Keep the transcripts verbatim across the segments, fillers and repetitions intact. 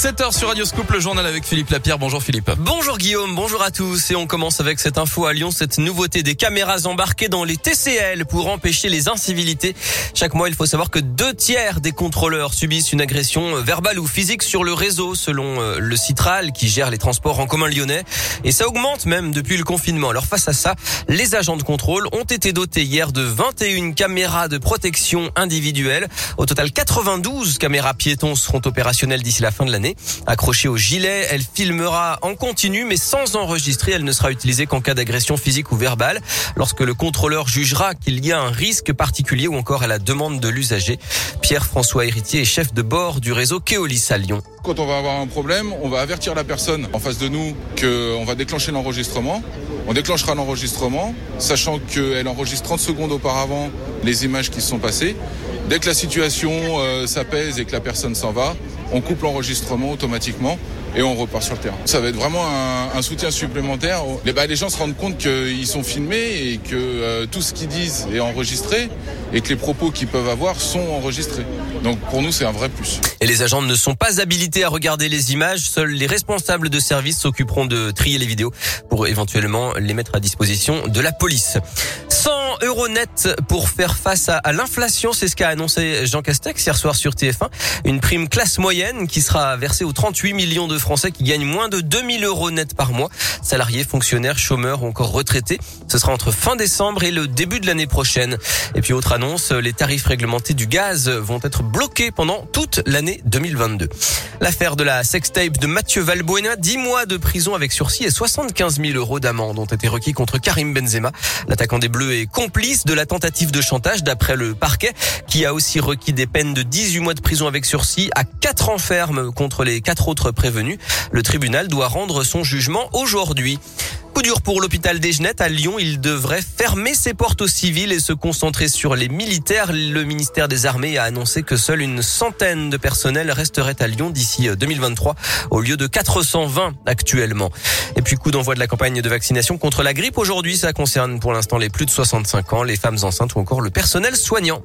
sept heures sur Radio Scoop, le journal avec Philippe Lapierre. Bonjour Philippe. Bonjour Guillaume, bonjour à tous. Et on commence avec cette info à Lyon, cette nouveauté des caméras embarquées dans les T C L pour empêcher les incivilités. Chaque mois, il faut savoir que deux tiers des contrôleurs subissent une agression verbale ou physique sur le réseau, selon le Citral qui gère les transports en commun lyonnais. Et ça augmente même depuis le confinement. Alors face à ça, les agents de contrôle ont été dotés hier de vingt et une caméras de protection individuelle. Au total, quatre-vingt-douze caméras piétons seront opérationnelles d'ici la fin de l'année. Accrochée au gilet, elle filmera en continu mais sans enregistrer. Elle ne sera utilisée qu'en cas d'agression physique ou verbale, lorsque le contrôleur jugera qu'il y a un risque particulier ou encore à la demande de l'usager. Pierre-François Héritier est chef de bord du réseau Keolis à Lyon. Quand on va avoir un problème, on va avertir la personne en face de nous qu'on va déclencher l'enregistrement. On déclenchera l'enregistrement, sachant qu'elle enregistre trente secondes auparavant les images qui se sont passées. Dès que la situation euh, s'apaise et que la personne s'en va, on coupe l'enregistrement automatiquement et on repart sur le terrain. Ça va être vraiment un, un soutien supplémentaire. Les, bah, les gens se rendent compte qu'ils sont filmés et que euh, tout ce qu'ils disent est enregistré et que les propos qu'ils peuvent avoir sont enregistrés. Donc pour nous, c'est un vrai plus. Et les agents ne sont pas habilités à regarder les images. Seuls les responsables de service s'occuperont de trier les vidéos pour éventuellement les mettre à disposition de la police. cent euros net pour faire face à, à l'inflation, c'est ce qu'a annoncé Jean Castex hier soir sur T F un. Une prime classe moyenne qui sera versée aux trente-huit millions de Français qui gagnent moins de deux mille euros net par mois. Salariés, fonctionnaires, chômeurs ou encore retraités. Ce sera entre fin décembre et le début de l'année prochaine. Et puis autre annonce, les tarifs réglementés du gaz vont être bloqués pendant toute l'année deux mille vingt-deux. L'affaire de la sextape de Mathieu Valbuena, dix mois de prison avec sursis et soixante-quinze mille euros d'amende ont été requis contre Karim Benzema. L'attaquant des Bleus est complice de la tentative de chantage d'après le parquet, qui a aussi requis des peines de dix-huit mois de prison avec sursis à quatre ans ferme contre les quatre autres prévenus. Le tribunal doit rendre son jugement aujourd'hui. Coup dur pour l'hôpital des Genettes à Lyon. Il devrait fermer ses portes aux civils et se concentrer sur les militaires. Le ministère des Armées a annoncé que seule une centaine de personnels resteraient à Lyon d'ici deux mille vingt-trois au lieu de quatre cent vingt actuellement. Et puis coup d'envoi de la campagne de vaccination contre la grippe aujourd'hui. Ça concerne pour l'instant les plus de soixante-cinq ans, les femmes enceintes ou encore le personnel soignant.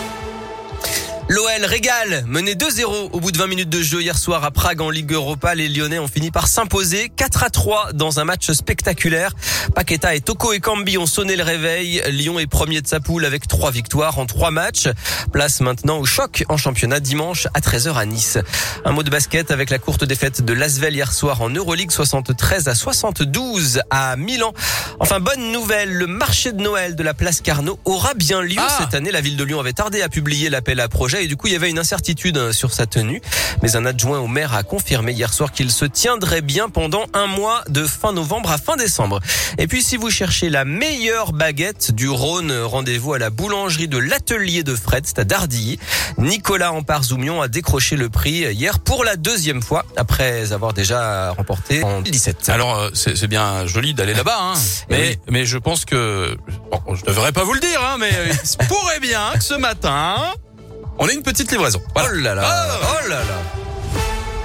L'O L régale, mené deux zéro au bout de vingt minutes de jeu hier soir à Prague en Ligue Europa. Les Lyonnais ont fini par s'imposer quatre à trois dans un match spectaculaire. Paqueta et Toko Ekambi ont sonné le réveil. Lyon est premier de sa poule avec trois victoires en trois matchs. Place maintenant au choc en championnat dimanche à treize heures à Nice. Un mot de basket avec la courte défaite de l'Asvel hier soir en Euroleague, soixante-treize à soixante-douze à Milan. Enfin, bonne nouvelle, le marché de Noël de la place Carnot aura bien lieu ah. cette année. La ville de Lyon avait tardé à publier l'appel à projet. Et du coup, il y avait une incertitude sur sa tenue. Mais un adjoint au maire a confirmé hier soir qu'il se tiendrait bien pendant un mois de fin novembre à fin décembre. Et puis, si vous cherchez la meilleure baguette du Rhône, rendez-vous à la boulangerie de l'Atelier de Fred, c'est à Dardilly. Nicolas Ampar-Zoumillon a décroché le prix hier pour la deuxième fois, après avoir déjà remporté en deux mille dix-sept. Alors, c'est, c'est bien joli d'aller là-bas, hein. Mais, oui. mais je pense que, bon, je devrais pas vous le dire, hein, mais il se pourrait bien que ce matin, on a une petite livraison. Voilà. Oh là là, oh là là.